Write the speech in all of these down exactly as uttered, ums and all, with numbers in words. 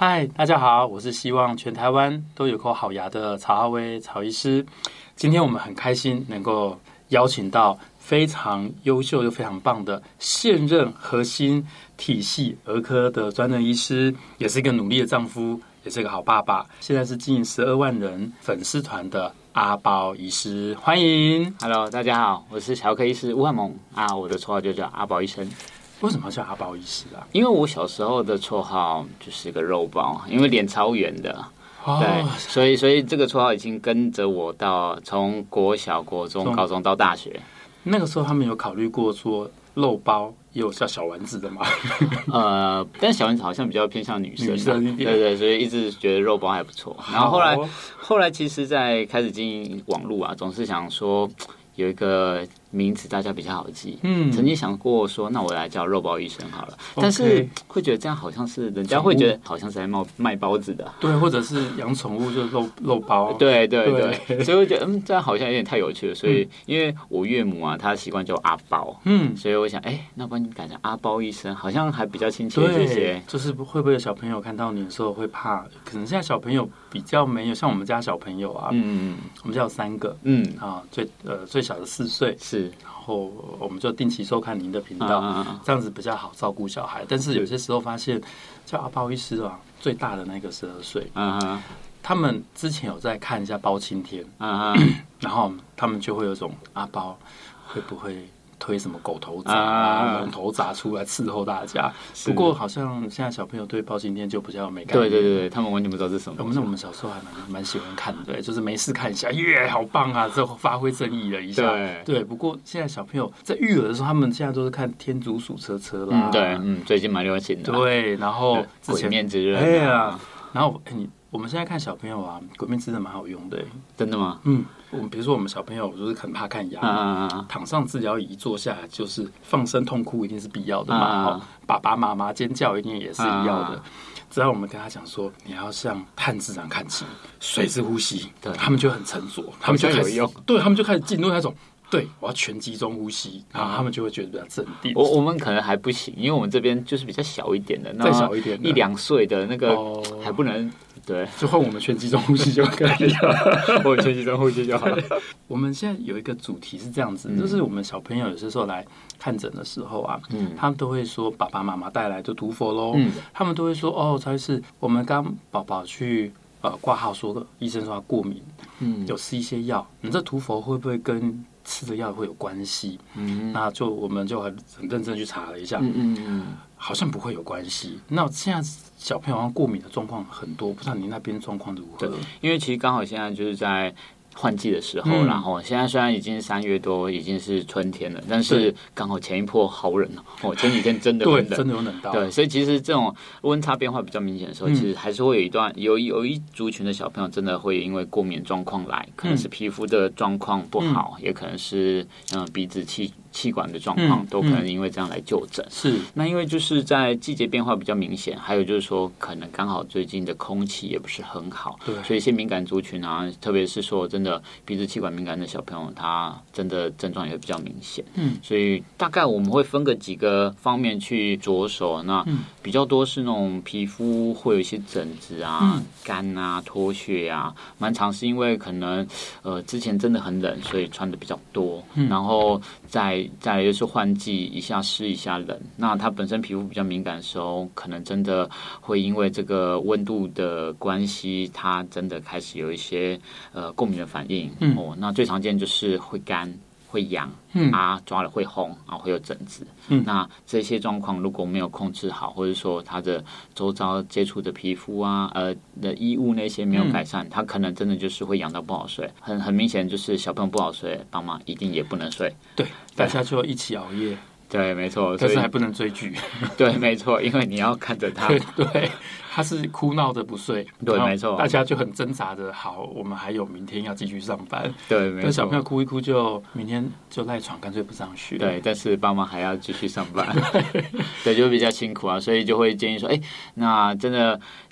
嗨，大家好，我是希望全台湾都有口好牙的曹阿威曹医师。今天我们很开心能够邀请到非常优秀又非常棒的现任核心体系儿科的专任医师，也是一个努力的丈夫，也是一个好爸爸。现在是经营十二万人粉丝团的阿包医师，欢迎。 Hello， 大家好，我是小儿科医师吴汉蒙啊，我的绰号就叫阿包医生。 为什么要叫阿包医师啊？ 因为我小时候的绰号就是个肉包，因为脸超圆的。 哦、 对，所以所以这个绰号已经跟着我到从国小、国中、高中到大学。 那个时候他们有考虑过说肉包也有叫小丸子的吗？ 呃，但小丸子好像比较偏向女生， 女生一点， 对对，所以一直觉得肉包还不错。然后后来，后来其实，在开始经营网络啊，总是想说有一个名字大家比较好记。嗯，曾经想过说，那我来叫肉包医生好了。Okay. 但是会觉得这样好像是人家会觉得好像是在卖卖包子的。 对，或者是养宠物就肉肉包。 对对 对, 对，所以我觉得嗯，这样好像有点太有趣了。所以、嗯、因为我岳母啊，她习惯叫阿包，嗯，所以我想，哎，那不然你改成阿包医生，好像还比较亲切这些。 就是会不会有小朋友看到你的时候会怕？可能现在小朋友比较没有，像我们家小朋友啊，嗯，我们家有三个，嗯啊，最呃最小的四岁是。 然后我们就定期收看您的频道，啊、这样子比较好照顾小孩。但是有些时候发现，叫阿包医师啊，最大的那个十二岁，啊、他们之前有在看一下包青天，啊、然后他们就会有种阿包会不会推什么狗头铡啊、龙头铡出来伺候大家。不过好像现在小朋友对包青天就比较没概念。 对对对，他们完全不知道这是什么。 我们那我们小时候还蛮蛮喜欢看的，对，就是没事看一下，耶，好棒啊！之后发挥正义了一下。对对。不过现在小朋友在育儿的时候，他们现在都是看天竺鼠车车啦。 嗯，对，嗯，最近蛮流行的。 对，然后鬼面之刃。 哎呀，然后哎你。我们现在看小朋友啊，鬼面之刃蛮好用的。 真的吗？ 嗯，我们比如说我们小朋友就是很怕看牙，啊、躺上治疗椅坐下来就是放声痛哭，一定是必要的嘛。啊、爸爸妈妈尖叫一定也是一要的。啊、只要我们跟他讲说，你要向炭治郎看齐，随之呼吸，对，他们就很沉着，他们就开始有用，对他们就开始进入那种。对，我要全集中呼吸，然后他们就会觉得比较镇定。 我我们可能还不行，因为我们这边就是比较小一点的， 再小一点的， 一两岁的那个还不能。对， 就换我们全集中呼吸就可以了。 我们全集中呼吸就好了。 我们现在有一个主题是这样子，嗯、就是我们小朋友有些时候来看诊的时候啊，嗯、他们都会说爸爸妈妈带来就涂佛咯，嗯、他们都会说哦，才是我们刚宝宝去呃挂号说医生说他过敏，嗯，有吃一些药，你这涂佛会不会跟吃的药会有关系？嗯，那就我们就很很认真去查了一下，嗯嗯嗯，好像不会有关系。那现在小朋友好像过敏的状况很多，不知道您那边状况如何？ 对，因为其实刚好现在就是在换季的时候，嗯、然后现在虽然已经三月多，已经是春天了，但是刚好前一波好冷哦，前几天真的很冷， 对，真的有冷到。 对，所以其实这种温差变化比较明显的时候，嗯、其实还是会有一段有有一族群的小朋友真的会因为过敏状况来，可能是皮肤的状况不好，嗯、也可能是嗯鼻子气。气管的状况都可能因为这样来就诊。是，那因为就是在季节变化比较明显，还有就是说可能刚好最近的空气也不是很好，对，所以一些敏感族群啊，特别是说真的鼻子气管敏感的小朋友，他真的症状也比较明显。嗯，所以大概我们会分个几个方面去着手。那比较多是那种皮肤会有一些疹子啊、干啊、脱屑啊，蛮常是因为可能呃之前真的很冷，所以穿的比较多，然后在再来就是换季，一下湿一下冷，那他本身皮肤比较敏感的时候，可能真的会因为这个温度的关系，他真的开始有一些呃过敏的反应。嗯、哦，那最常见就是会干、会痒，嗯啊，抓了会红，啊会有疹子。嗯，那这些状况如果没有控制好，或者说他的周遭接触的皮肤啊、呃的衣物那些没有改善，嗯、他可能真的就是会痒到不好睡。很很明显就是小朋友不好睡，爸妈一定也不能睡。 对，大家就一起熬夜。 对，没错， 但是还不能追剧。 对，没错，因为你要看着他。 对对，他是哭闹着不睡。 对，没错， 大家就很挣扎的。好，我们还有明天要继续上班。 对，没错。 但小朋友哭一哭就明天就赖床，干脆不上学。 对，但是爸妈还要继续上班。对，就比较辛苦啊，所以就会建议说，哎，那真的。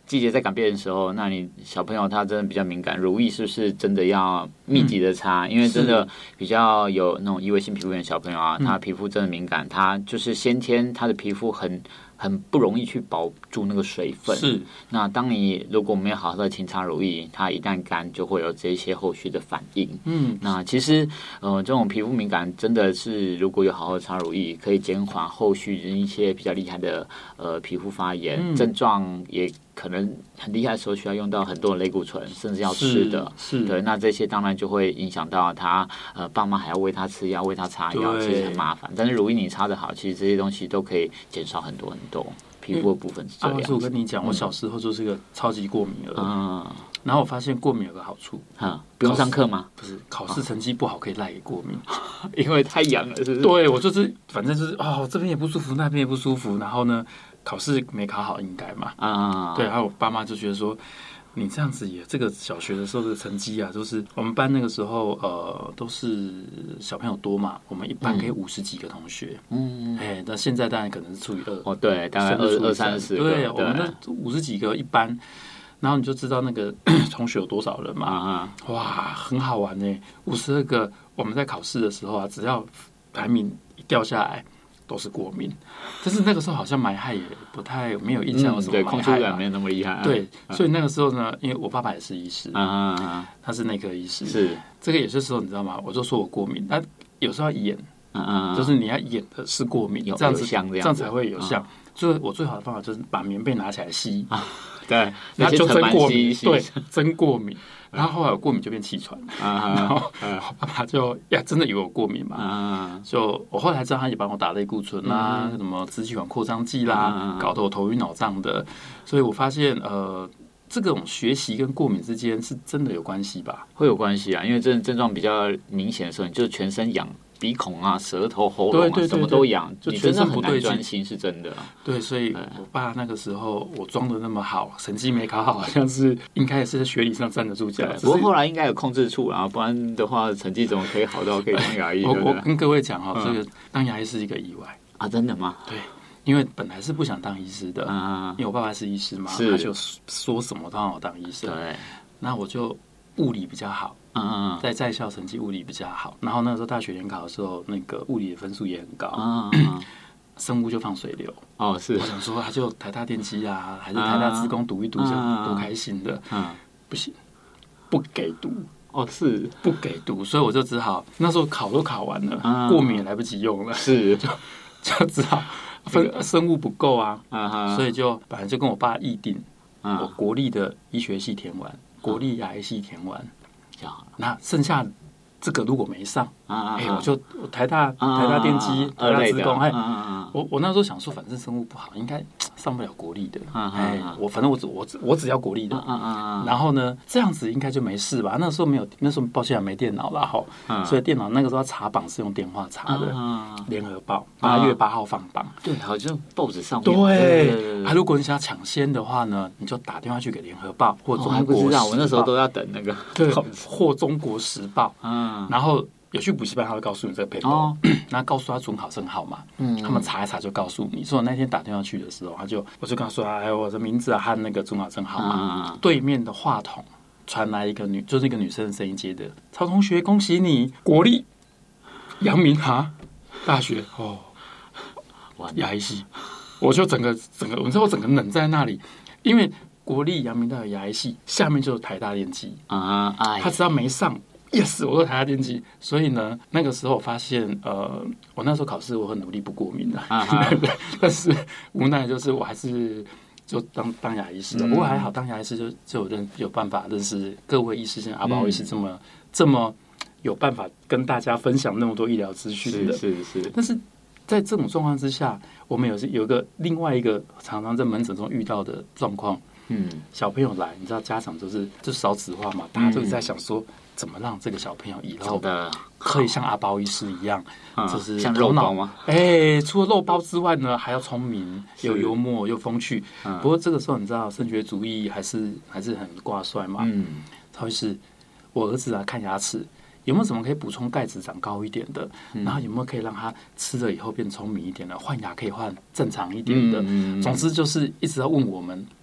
季节在改变的时候，那你小朋友他真的比较敏感，乳液是不是真的要密集的擦？嗯、因为真的比较有那种异位性皮肤炎的小朋友啊，嗯、他皮肤真的敏感，他就是先天他的皮肤很很不容易去保住那个水分。 是， 那当你如果没有好好的勤擦乳液，它一旦干就会有这些后续的反应。嗯，那其实呃这种皮肤敏感真的是如果有好好的擦乳液，可以减缓后续一些比较厉害的呃皮肤发炎、嗯、症状也。可能很厉害的时候需要用到很多的类固醇，甚至要吃的， 是，是对，那这些当然就会影响到他，呃，爸妈还要喂他吃药、喂他擦药，其实很麻烦。但是如果你擦得好，其实这些东西都可以减少很多很多皮肤的部分是这样。 啊，我跟你讲，我小时候就是个超级过敏儿，嗯，然后我发现过敏有个好处， 嗯，不用上课吗？ 不是，考试成绩不好可以赖给过敏， 因为太痒了，是不是？ 对，我就是反正就是哦，这边也不舒服，那边也不舒服，然后呢。考试没考好应该嘛？啊，对，还有我爸妈就觉得说，你这样子也这个小学的时候这个成绩啊，就是我们班那个时候呃都是小朋友多嘛，我们一班可以五十几个同学，嗯，哎，那现在当然可能是除以二， 哦，对，大概二二三十个， 对，我们那五十几个一班，然后你就知道那个同学有多少人嘛，啊，哇，很好玩呢，五十二个，我们在考试的时候啊，只要排名一掉下来。都是过敏，但是那个时候好像霾害也不太没有印象有什么霾害、嗯， 对，空气污染没有那么厉害、啊。 对，所以那个时候呢，因为我爸爸也是医师，啊、嗯，他是内科医师， 是这个有些时候你知道吗？我就说我过敏，那有时候要演，嗯嗯，就是你要演的是过敏，这样子这样这样才会有像。所以我最好的方法就是把棉被拿起来吸，啊、 对， 那就真过敏，对，真过敏。然后后来我过敏就变气喘，啊、然后我爸爸就呀真的以为我过敏嘛，啊、就我后来知道他也帮我打类固醇啦，嗯、什么支气管扩张剂啦，啊、搞得我头晕脑胀的，所以我发现呃。这种学习跟过敏之间是真的有关系吧？ 会有关系啊，因为这症状比较明显的时候，你就是全身痒，鼻孔啊、舌头、喉咙啊， 对对对对什么都痒， 就全身不对劲，专心是真的。 对，所以我爸那个时候我装的那么好，成绩没考好，好像是应该也是在学理上站得住脚。 不过后来应该有控制处啊，不然的话成绩怎么可以好到可以当牙医？ 我我跟各位讲哈、哦，嗯、这个当牙医是一个意外啊，真的吗？ 对。因为本来是不想当医师的，嗯、因为我爸爸是医师嘛，他就说什么都让我当医生。对，那我就物理比较好，嗯嗯，在在校成绩物理比较好。然后那个时候大学联考的时候，那个物理的分数也很高，嗯嗯，生物就放水流。 哦，是， 我想说，他就台大电机啊，还是台大资工读一读，这样多开心的。嗯，不行，不给读。 哦，是不给读，所以我就只好那时候考都考完了，嗯、过敏也来不及用了， 是就就只好。分生物不够啊，uh-huh. 所以就本来就跟我爸议定， uh-huh. 我国立的医学系填完， uh-huh. 国立牙医系填完， uh-huh. 那剩下这个如果没上，哎、uh-huh. 欸，我就我台大、uh-huh. 台大电机、uh-huh. 台大资工，哎、uh-huh. 我我那时候想说，反正生物不好，应该上不了国立的，哎、uh-huh. 欸，我反正我只我只我只要国立的， uh-huh. 然后呢，这样子应该就没事吧？那时候没有，那时候抱歉没电脑啦，哈， uh-huh. 所以电脑那个时候查榜是用电话查的，联、uh-huh. 合报八月八號放榜， uh-huh. 对，好像報紙上面。 对，啊，如果你想要抢先的话呢，你就打电话去给联合报或中国時報。我還不知道， 我那時候都要等那個， 对，或中國時報，嗯，然後。有去補習班，他會告訴你這個 paper，、哦、然後告訴他准考證號碼，嗯，他們查一查就告訴你。所以我那天打電話去的時候，他就我就跟他說，哎，我的名字啊和那個准考證號碼。嗯、對面的話筒傳來一個女，就是一個女生的聲音接的，曹同學，恭喜你，國立陽明哈大學哦，牙醫系，我就整個整個，你知道我整個冷在那裡，因為國立陽明大學牙醫系下面就是台大電機啊，哎，他只要沒上。yes， 我說台大電機，所以呢，那個時候我發現，呃，我那時候考試我很努力不過敏的，啊、但是無奈就是我還是就當當牙醫師了、嗯。不過還好，當牙醫師就就有認有辦法認識各位醫師，像阿寶醫師這麼、嗯、這麼有辦法跟大家分享那麼多醫療資訊的。 是是是。 但是在這種狀況之下，我們有有一個另外一個常常在門診中遇到的狀況。嗯，小朋友來，你知道家長就是就少子化嘛，大家就是在想說。怎麼讓這個小朋友以後可以像阿包醫師一樣，就是像肉包嗎？ 哎，除了肉包之外呢，還要聰明又幽默又風趣。不過這個時候你知道，升學主義還是還是很掛帥嘛。嗯，他會是我兒子啊，看牙齒有沒有什麼可以補充鈣質長高一點的，然後有沒有可以讓他吃了以後變聰明一點的，換牙可以換正常一點的。總之就是一直要問我們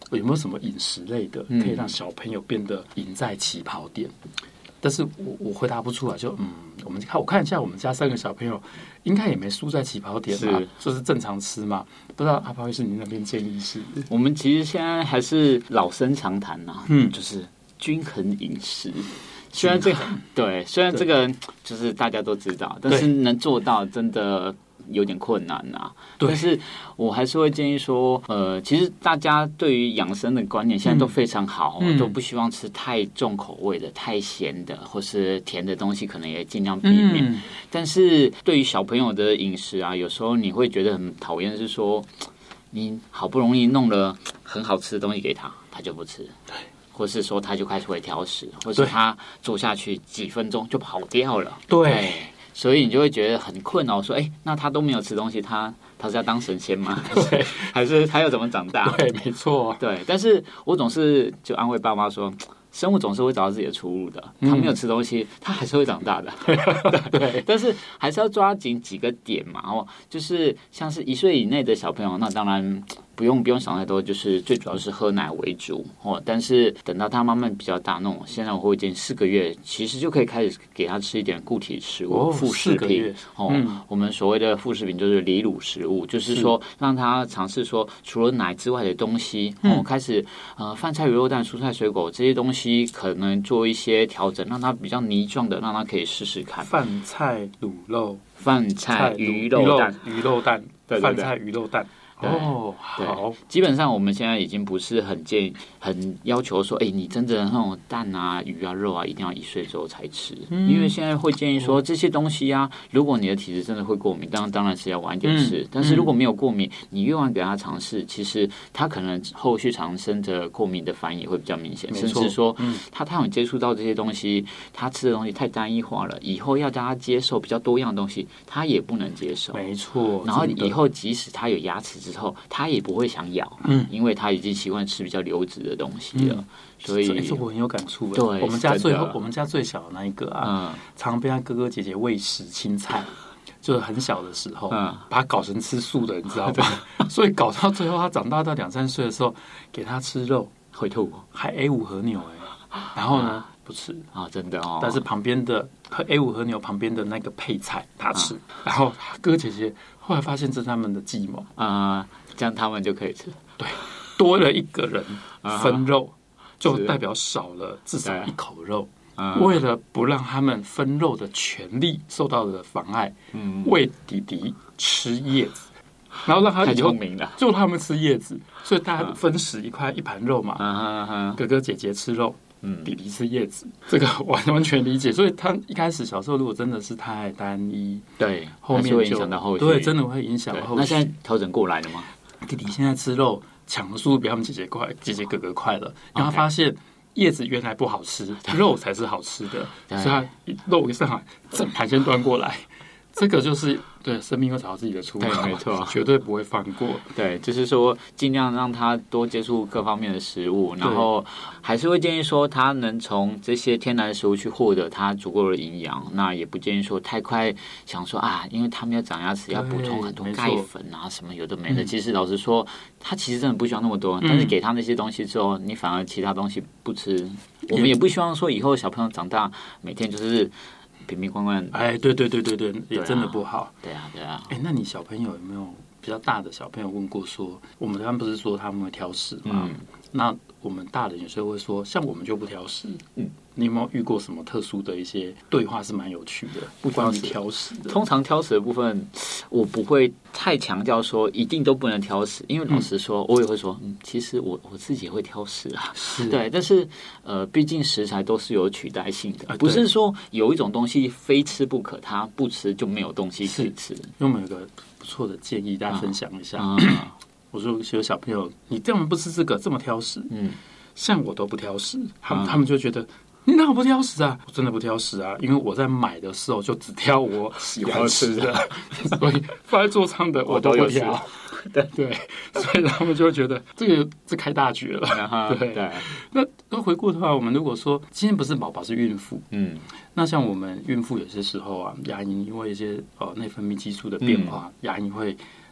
有没有什么饮食类的可以让小朋友变得赢在起跑点？但是我我回答不出来，就嗯，我们看我看一下我们家三个小朋友，应该也没输在起跑点嘛，就是正常吃嘛。不知道阿炮医师您那边建议是？ 我们其实现在还是老生常谈呐、啊，嗯，就是均衡饮食。虽然这个对，虽然这个就是大家都知道，但是能做到真的有点困难啊。但是我还是会建议说，呃，其实大家对于养生的观念现在都非常好，嗯、都不希望吃太重口味的、太咸的，或是甜的东西，可能也尽量避免。嗯、但是对于小朋友的饮食啊，有时候你会觉得很讨厌，是说你好不容易弄了很好吃的东西给他，他就不吃。对。或是说他就开始会挑食，或是他做下去几分钟就跑掉了。对，对所以你就会觉得很困扰，说：“哎、欸，那他都没有吃东西，他他是要当神仙吗？对，还是他要怎么长大？” 对，没错。 对，但是我总是就安慰爸妈说。生物总是会找到自己的出路的，他没有吃东西，他还是会长大的。对，但是还是要抓紧几个点嘛。哦，就是像是一岁以内的小朋友，那当然不用不用想太多，就是最主要是喝奶为主哦。但是等到他慢慢比较大，那种现在我会建议四个月，其实就可以开始给他吃一点固体食物、副食品哦。嗯、我们所谓的副食品就是离乳食物，就是说让他尝试说除了奶之外的东西哦，开始呃饭菜、鱼肉、蛋、蔬菜、水果这些东西。可能做一些调整，让它比较泥状的，让它可以试试看。 饭菜、卤肉、 饭菜、鱼肉蛋、 鱼肉蛋、 对对对饭菜、鱼肉蛋。哦，好。 基本上我们现在已经不是很建议、很要求说，哎，你真的那种蛋啊、鱼啊、肉啊，一定要一岁之后才吃，嗯、因为现在会建议说这些东西啊，如果你的体质真的会过敏，当然当然是要晚一点吃。嗯、但是如果没有过敏，你越晚给他尝试，其实他可能后续产生的过敏的反应也会比较明显，甚至说，嗯、他他有接触到这些东西，他吃的东西太单一化了，以后要让他接受比较多样的东西，他也不能接受。 没错。 然后以后即使他有牙齿之后，他也不会想咬，嗯，因为他已经习惯吃比较流质的东西了，嗯、所以这我很有感触。 对， 我们家最后我们家最小的那一个啊，嗯、常被他哥哥姐姐喂食青菜，就是很小的时候，嗯、把他搞成吃素的，你知道吗？所以搞到最后，他长大到两三岁的时候，给他吃肉会吐， 还 A 五和牛哎、欸，然后呢？啊不吃啊，真的哦。 但是旁边的 A 五和牛旁边的那个配菜他吃，啊、然后哥哥姐姐后来发现这是他们的计谋啊，这样他们就可以吃。 对，多了一个人分肉，啊、就代表少了至少一口肉。为了不让他们分肉的权利受到了妨碍，嗯、喂弟弟吃叶子。然后让他以后就他们吃叶子，所以大家分食一块一盘肉嘛，啊啊啊、哥哥姐姐吃肉。嗯，弟弟吃叶子，这个完完全理解。所以他一开始小时候如果真的是太单一， 对， 后面就会影响到后续， 对，真的会影响后续。 那现在调整过来了吗？ 弟弟现在吃肉抢的速度比他们姐姐快，姐姐哥哥快了。然后他发现叶子原来不好吃，肉才是好吃的，所以他肉一上来，整盘先端过来。这个就是对生命会找到自己的出路， 没错， 绝对不会放过。 对，就是说尽量让他多接触各方面的食物，然后还是会建议说他能从这些天然的食物去获得他足够的营养。那也不建议说太快想说啊，因为他们要长牙齿，要补充很多钙粉啊什么有的没的。嗯、其实老实说，他其实真的不需要那么多，嗯、但是给他那些东西之后，你反而其他东西不吃。我们也不希望说以后小朋友长大每天就是。瓶瓶罐罐， 哎，对对对对对，也真的不好。 对啊，对啊。 哎，那你小朋友有没有比较大的小朋友问过说，我们刚刚不是说他们会挑食吗？嗯、那我们大人有时候会说，像我们就不挑食。嗯，你有没有遇过什么特殊的一些对话是蛮有趣的？不关于挑食的， 通常挑食的部分，我不会太强调说一定都不能挑食，因为老实说，嗯、我也会说，嗯，其实我我自己也会挑食啊，对，但是呃，毕竟食材都是有取代性的，啊、不是说有一种东西非吃不可，它不吃就没有东西可以吃。因为我们有个不错的建议，大家分享一下。啊、我说有小朋友，你这样不吃这个，这么挑食，嗯，像我都不挑食，他们、啊、他们就觉得。你哪有不挑食啊？我真的不挑食啊，因为我在买的时候就只挑我喜欢吃的，所以放在桌上的我都不挑。对对，所以他们就会觉得这个这开大局了。Uh-huh, 对对。那那回顾的话，我们如果说今天不是宝宝是孕妇，嗯，那像我们孕妇有些时候啊，牙龈因为一些呃内分泌激素的变化，嗯、牙龈会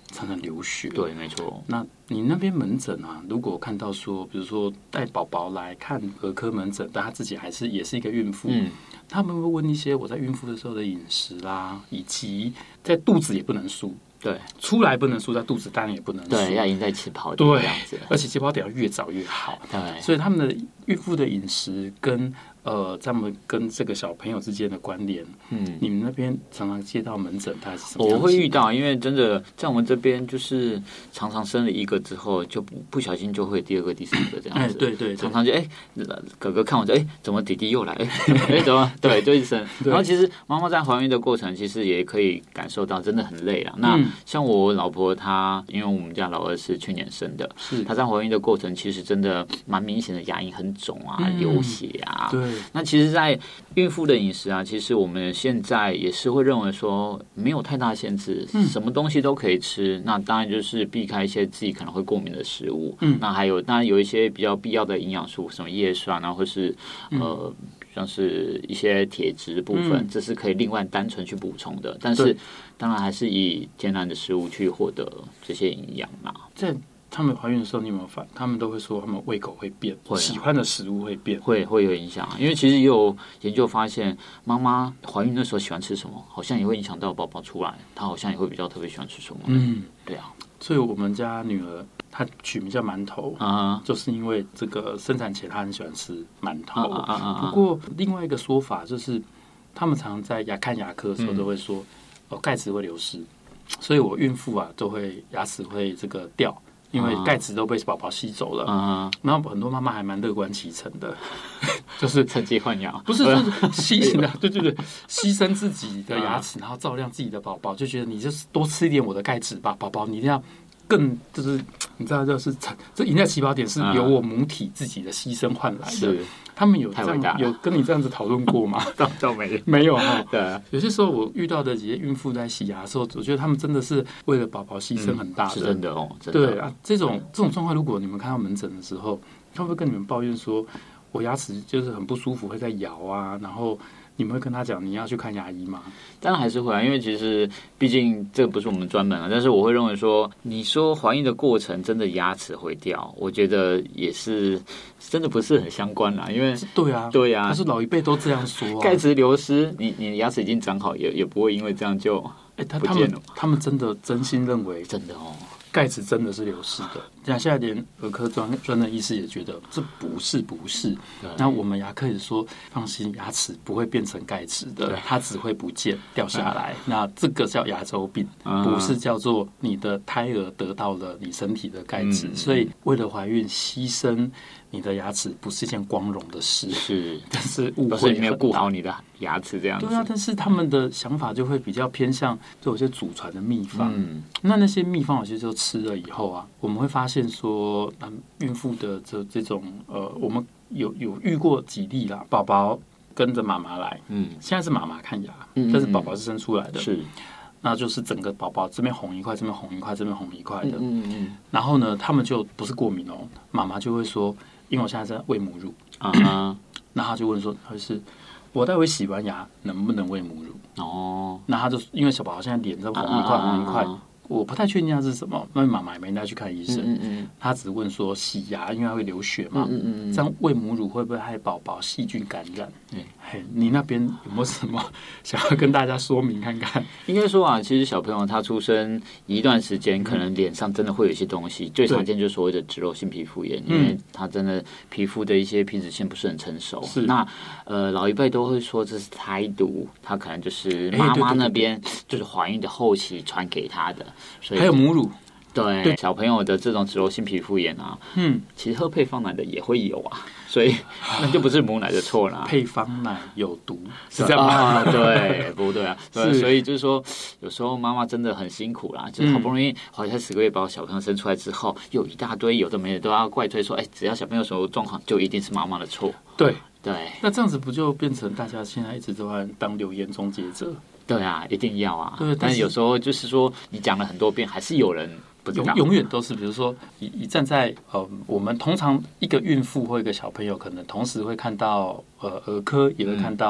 常常流血。 对，没错。 那你那边门诊啊，如果看到说，比如说带宝宝来看儿科门诊，但他自己还是也是一个孕妇，嗯，他们会问一些我在孕妇的时候的饮食啦，以及在肚子也不能输。 对， 出来不能输，在肚子当然也不能输。 对，要赢在起跑点这样子。 而且起跑点要越早越好。 对， 所以他们的孕妇的饮食跟呃，他们跟这个小朋友之间的关联，嗯，你们那边常常接到门诊，大概是什么样子？ 我会遇到，因为真的在我们这边，就是常常生了一个之后，就不不小心就会第二个、第三个这样子。 哎，对对对， 常常就哎，哥哥看我就哎，怎么弟弟又来？哎哎，怎么？对，就一生。然后其实妈妈在怀孕的过程，其实也可以感受到真的很累啊。那像我老婆她，因为我们家老二是去年生的，是她在怀孕的过程，其实真的蛮明显的牙龈很肿啊，嗯、流血啊。 对。 那其实，在孕妇的饮食啊，其实我们现在也是会认为说没有太大限制，嗯、什么东西都可以吃。那当然就是避开一些自己可能会过敏的食物。嗯。那还有，当然有一些比较必要的营养素，什么叶酸啊，或是呃。嗯像是一些铁质部分，嗯、这是可以另外单纯去补充的，但是当然还是以天然的食物去获得这些营养嘛。 在他们怀孕的时候，你有没有发？他们都会说他们胃口会变，会啊、喜欢的食物会变， 会会有影响。因为其实也有研究发现，妈妈怀孕的时候喜欢吃什么，好像也会影响到宝宝出来，他好像也会比较特别喜欢吃什么。嗯，对啊。 所以我们家女儿她取名叫馒头啊， uh-huh. 就是因为这个生产前她很喜欢吃馒头。Uh-huh. Uh-huh. 不过另外一个说法就是，他们常常在牙看牙科的时候都会说，嗯、哦钙质会流失，所以我孕妇啊都会牙齿会这个掉。因为钙质都被宝宝吸走了，嗯，然后很多妈妈还蛮乐观其成的，就是趁机换牙， 不是就是牺牲，对对对，牺牲自己的牙齿，然后照亮自己的宝宝，就觉得你就是多吃一点我的钙质吧，宝宝你一定要更就是你知道，就是这赢在起跑点是由我母体自己的牺牲换来的。他们有这样有跟你这样子讨论过吗？ 倒没没有哈。 对啊， 有些时候我遇到的几些孕妇在洗牙的时候，我觉得他们真的是为了宝宝牺牲很大的， 嗯、是真的哦。真的对啊，这种这种状况，如果你们看到门诊的时候，他会不会跟你们抱怨说，我牙齿就是很不舒服，会在摇啊，然后你们会跟他讲你要去看牙医吗？ 当然还是会啊，因为其实毕竟这个不是我们专门啊，但是我会认为说，你说怀孕的过程真的牙齿会掉，我觉得也是真的不是很相关啦，因为对啊， 对啊， 但是老一辈都这样说、啊， 钙质流失，你你牙齿已经长好，也也不会因为这样就哎、欸，他他们他们真的真心认为真的哦。 钙质真的是流失的，像现在连儿科专专的医师也觉得这不是不是。那我们牙科也说放心，牙齿不会变成钙质的，它只会不见掉下来。那这个叫牙周病，嗯、不是叫做你的胎儿得到了你身体的钙质。嗯、所以为了怀孕牺牲你的牙齿不是一件光荣的事， 是， 但是误会你没有顾好你的牙齿这样子。 对啊，但是他们的想法就会比较偏向，就有些祖传的秘方。嗯、那那些秘方有些就吃了以后啊，我们会发现说，嗯，孕妇的这这种呃，我们有有遇过几例啦，宝宝跟着妈妈来，嗯，现在是妈妈看牙，嗯嗯嗯但是宝宝是生出来的， 是。 那就是整个宝宝这边红一块，这边红一块，这边红一块的。嗯嗯嗯。然后呢，他们就不是过敏哦，妈妈就会说，因为我现在在喂母乳啊，嗯、那他就问说，他是我待会洗完牙能不能喂母乳？哦，那他就因为小宝宝现在脸上红一块红一块。我不太确定它是什么，因为妈妈也没带去看医生。嗯嗯他只问说洗牙，因为它会流血嘛。嗯嗯这样喂母乳会不会害宝宝细菌感染？嗯，嘿，你那边有没有什么想要跟大家说明看看？ 应该说啊，其实小朋友他出生一段时间，可能脸上真的会有一些东西，嗯、最常见就是所谓的脂漏性皮肤炎，因为他真的皮肤的一些皮脂腺不是很成熟。是那呃，老一辈都会说这是胎毒，他可能就是妈妈那边就是怀孕的后期传给他的。所以还有母乳， 对, 对小朋友的这种脂漏性皮肤炎啊，嗯，其实喝配方奶的也会有啊，所以那就不是母奶的错啦。 配方奶有毒，是这样吗？ 啊、对，不对啊？对，所以就是说，有时候妈妈真的很辛苦啦，就好不容易怀胎十个月把小朋友生出来之后，有一大堆有的没的都要怪罪说，哎，只要小朋友有什么状况，就一定是妈妈的错。 对对， 那这样子不就变成大家现在一直都在当留言终结者？ 对啊，一定要啊！对，但是有时候就是说，你讲了很多遍，还是有人不知道。 永永远都是，比如说，以以站在呃，我们通常一个孕妇或一个小朋友，可能同时会看到呃儿科，也会看到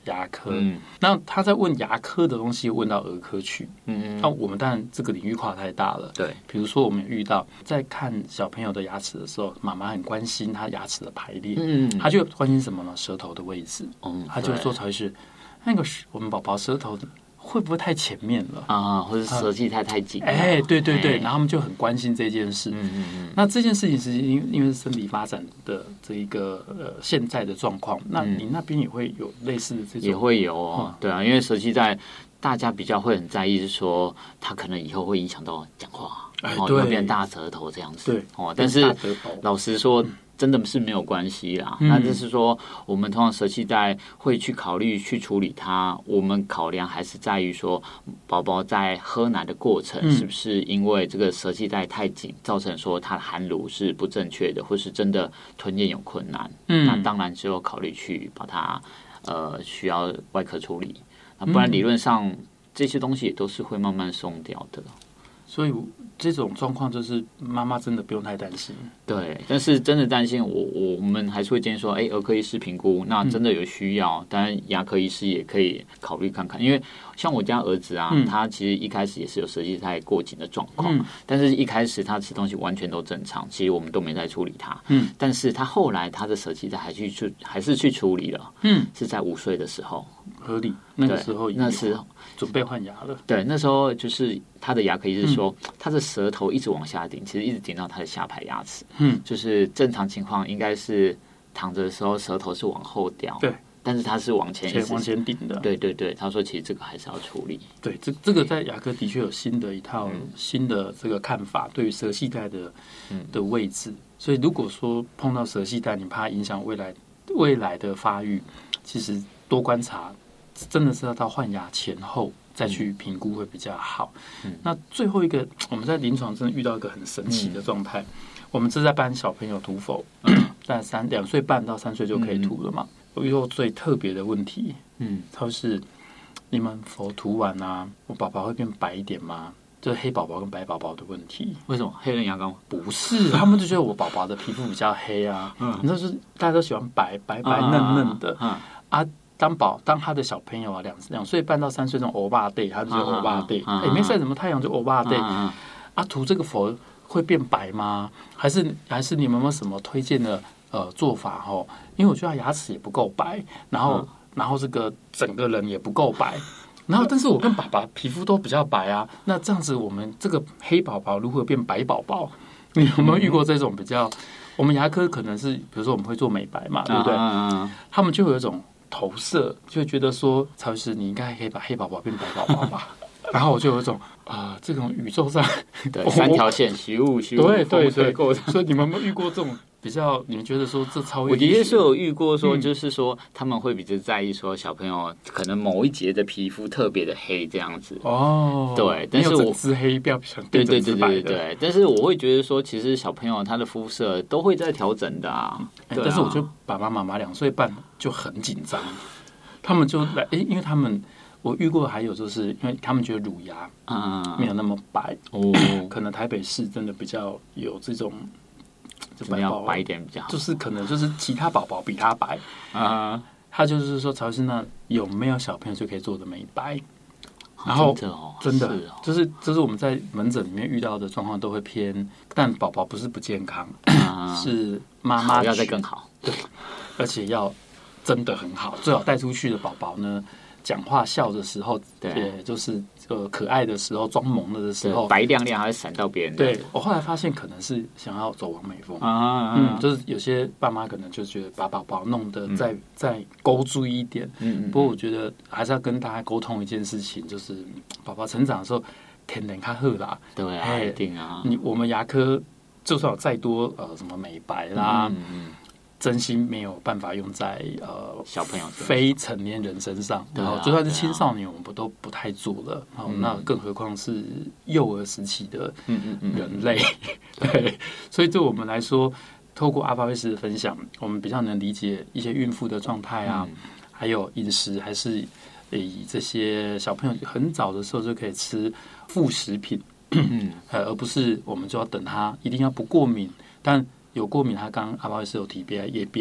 牙科。嗯，那他在问牙科的东西，问到儿科去。嗯，那我们当然这个领域跨太大了。 对， 比如说我们遇到在看小朋友的牙齿的时候，妈妈很关心他牙齿的排列。嗯，他就关心什么呢？舌头的位置。嗯，他就说曹医师，那个我们宝宝舌头会不会太前面了啊？或者舌系太太紧？ 哎，对对对，然后他们就很关心这件事。嗯嗯嗯。那这件事情是因因为是身体发展的这一个呃现在的状况，那你那边也会有类似的这种？ 也会有哦，对啊，因为舌系在大家比较会很在意，是说它可能以后会影响到讲话， 哎， 对，会变大舌头这样子。 对哦，但是老实说。真的是没有关系啦，嗯、那就是说，我们通常舌系带会去考虑去处理它。我们考量还是在于说，宝宝在喝奶的过程、嗯、是不是因为这个舌系带太紧，造成说它的含乳是不正确的，或是真的吞咽有困难。嗯，那当然只有考虑去把它呃需要外科处理，那不然理论上、嗯、这些东西也都是会慢慢松掉的。 所以这种状况就是妈妈真的不用太担心。 对，但是真的担心我，我我们还是会建议说，哎，儿科医师评估，那真的有需要，嗯、当然牙科医师也可以考虑看看。因为像我家儿子啊，嗯、他其实一开始也是有舌系带过紧的状况，嗯、但是一开始他吃东西完全都正常，其实我们都没在处理他。嗯，但是他后来他的舌系带还去去还是去处理了。嗯，是在五岁的时候， 合理。那个时候那是准备换牙了。 对，那时候就是他的牙科医师说，嗯、他的舌头一直往下顶，其实一直顶到他的下排牙齿。嗯，就是正常情况应该是躺着的时候舌头是往后掉， 对， 但是他是往前一直往前顶的。 对对对，他说其实这个还是要处理。 对，这这个在牙科的确有新的一套、嗯、新的这个看法，对于舌系带的、嗯、的位置。所以如果说碰到舌系带，你怕影响未来未来的发育，其实多观察。真的是要到换牙前后再去评估会比较好。嗯、那最后一个，我们在临床真的遇到一个很神奇的状态。嗯、我们是在帮小朋友涂否，在三两岁半到三岁就可以涂了嘛。我遇到最特别的问题，嗯，就是你们否涂完啊，我宝宝会变白一点吗？就是黑宝宝跟白宝宝的问题。 为什么黑人牙膏？ 不是，他们就觉得我宝宝的皮肤比较黑啊。嗯，你知道，就是大家都喜欢白白白嫩嫩的啊。啊当宝当他的小朋友啊，两两岁半到三岁这种欧巴 day， 他就是欧巴 day，哎，没晒什么太阳就欧巴 day， 啊，涂这个否会变白吗？还是还是你们有没有什么推荐的呃做法哦？因为我觉得他牙齿也不够白，然后、嗯、然后这个整个人也不够白，然后但是我跟爸爸皮肤都比较白啊，那这样子我们这个黑宝宝如何变白宝宝？你有没有遇过这种比较？我们牙科可能是比如说我们会做美白嘛，对不对？嗯、他们就有一种。投射就会觉得说，曹医师你应该还可以把黑宝宝变白宝宝吧？然后我就有一种啊、呃，这种宇宙上对三条线，习物习物， 对对对，所以你们有没有遇过这种比较？你们觉得说这超越？ 我的确是有遇过说，就是说、嗯、他们会比较在意说小朋友可能某一节的皮肤特别的黑这样子哦， 对，但是我是黑不要想对对对对对，但是我会觉得说，其实小朋友他的肤色都会在调整的啊。 欸、但是我觉得爸爸妈妈两岁半就很紧张，他们就来哎、欸，因为他们。我遇过还有就是因为他们觉得乳牙啊没有那么白哦，可能台北市真的比较有这种怎么样白一点比较好， 就是可能就是其他宝宝比他白啊，他就是说曹医师那有没有小朋友就可以做的美白？然后真的、哦、真的是、哦、就是就是我们在门诊里面遇到的状况都会偏，但宝宝不是不健康，啊、是妈妈要再更好， 对，而且要真的很好，最好带出去的宝宝呢。讲话笑的时候，对，就是呃可爱的时候，装萌了的时候， 白亮亮还会闪到别人。 对，我后来发现可能是想要走完美风啊，嗯，就是有些爸妈可能就觉得把宝宝弄得再、嗯、再勾注一点，嗯嗯。不过我觉得还是要跟大家沟通一件事情，就是宝宝成长的时候，天然较好啦， 对啊，一定啊。 你我们牙科就算有再多呃什么美白啦。嗯嗯真心没有办法用在呃小朋友非成年人身上，然后就算是青少年，我们不都不太做了。好，那更何况是幼儿时期的人类，对，所以对我们来说，透过阿巴威斯的分享，我们比较能理解一些孕妇的状态啊，还有饮食，还是以这些小朋友很早的时候就可以吃副食品，而不是我们就要等他一定要不过敏，但。有过敏，他刚刚阿巴医师有提别，也别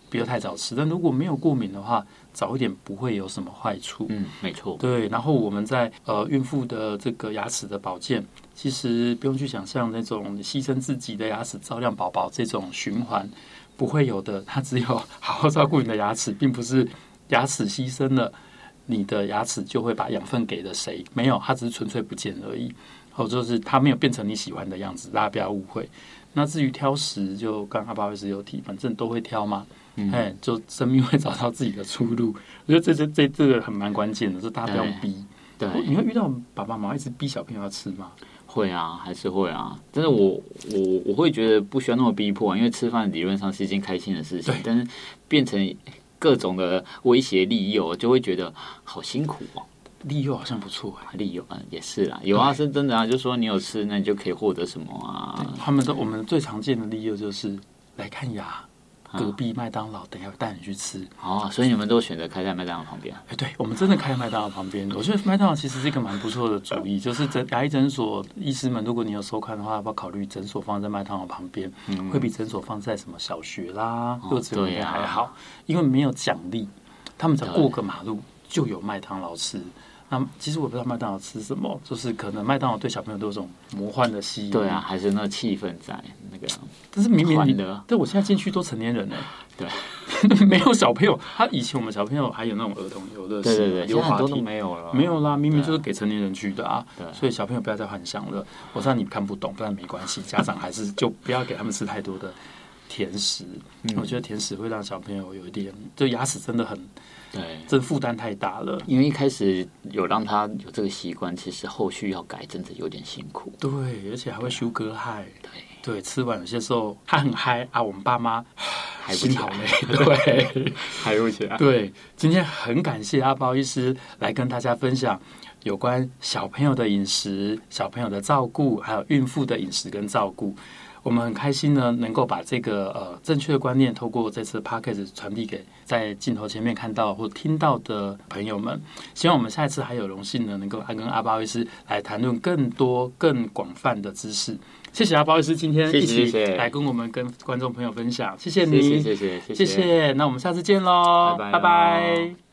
不要太早吃。但如果没有过敏的话，早一点不会有什么坏处。 嗯，没错。 对，然后我们在呃孕妇的这个牙齿的保健，其实不用去想象那种牺牲自己的牙齿照亮宝宝这种循环，不会有的。它只有好好照顾你的牙齿，并不是牙齿牺牲了，你的牙齿就会把养分给了谁？没有，它只是纯粹不见而已。或者就是它没有变成你喜欢的样子，大家不要误会。那至于挑食，就刚刚阿巴医师有提，反正都会挑嘛。哎、嗯，就生命会找到自己的出路。我觉得这这这这个很蛮关键的，就大家不用逼。 对， 你会遇到爸爸妈妈一直逼小朋友要吃吗？ 会啊，还是会啊。但是我我我会觉得不需要那么逼迫，因为吃饭理论上是一件开心的事情，但是变成各种的威胁利诱，就会觉得好辛苦哦。 利诱好像不错、 欸，利诱嗯也是啦，有啊，是真的啊，就说你有吃，那你就可以获得什么啊？ 他们都我们最常见的利诱就是来看牙。隔壁麦当劳，等一下带你去吃哦，所以你们都选择开在麦当劳旁边？ 哎，对，我们真的开麦当劳旁边。我觉得麦当劳其实是一个蛮不错的主意，就是诊牙医诊所医师们，如果你有收看的话，要不要考虑诊所放在麦当劳旁边？嗯，会比诊所放在什么小学啦、幼稚园还好、啊，因为没有奖励，他们只要过个马路就有麦当劳吃。那其实我不知道麦当劳吃什么，就是可能麦当劳对小朋友都有种魔幻的吸引。 对啊，还是那气氛在那个。 但是明明你的，对我现在进去都成年人哎、欸，对，没有小朋友。他以前我们小朋友还有那种儿童游乐室， 对对对， 溜滑梯都没有了， 没有啦，明明就是给成年人去的啊。对，所以小朋友不要再幻想了。我知道你看不懂，但没关系，家长还是就不要给他们吃太多的甜食。嗯、我觉得甜食会让小朋友有一点，就牙齿真的很。对，这负担太大了。 因为一开始有让他有这个习惯，其实后续要改真的有点辛苦。 对，而且还会休割害。对对，吃完有些时候他很嗨啊，我们爸妈还不起来， 对， 还不起来。 对，今天很感谢阿包医师来跟大家分享有关小朋友的饮食、小朋友的照顾，还有孕妇的饮食跟照顾。我们很开心呢，能够把这个呃正确的观念，透过这次 podcast 传递给在镜头前面看到或听到的朋友们。希望我们下一次还有荣幸呢，能够跟阿包医师来谈论更多更广泛的知识。谢谢阿包医师今天一起来跟我们跟观众朋友分享，谢谢你， 谢谢谢谢谢谢。那我们下次见喽，拜拜。拜拜。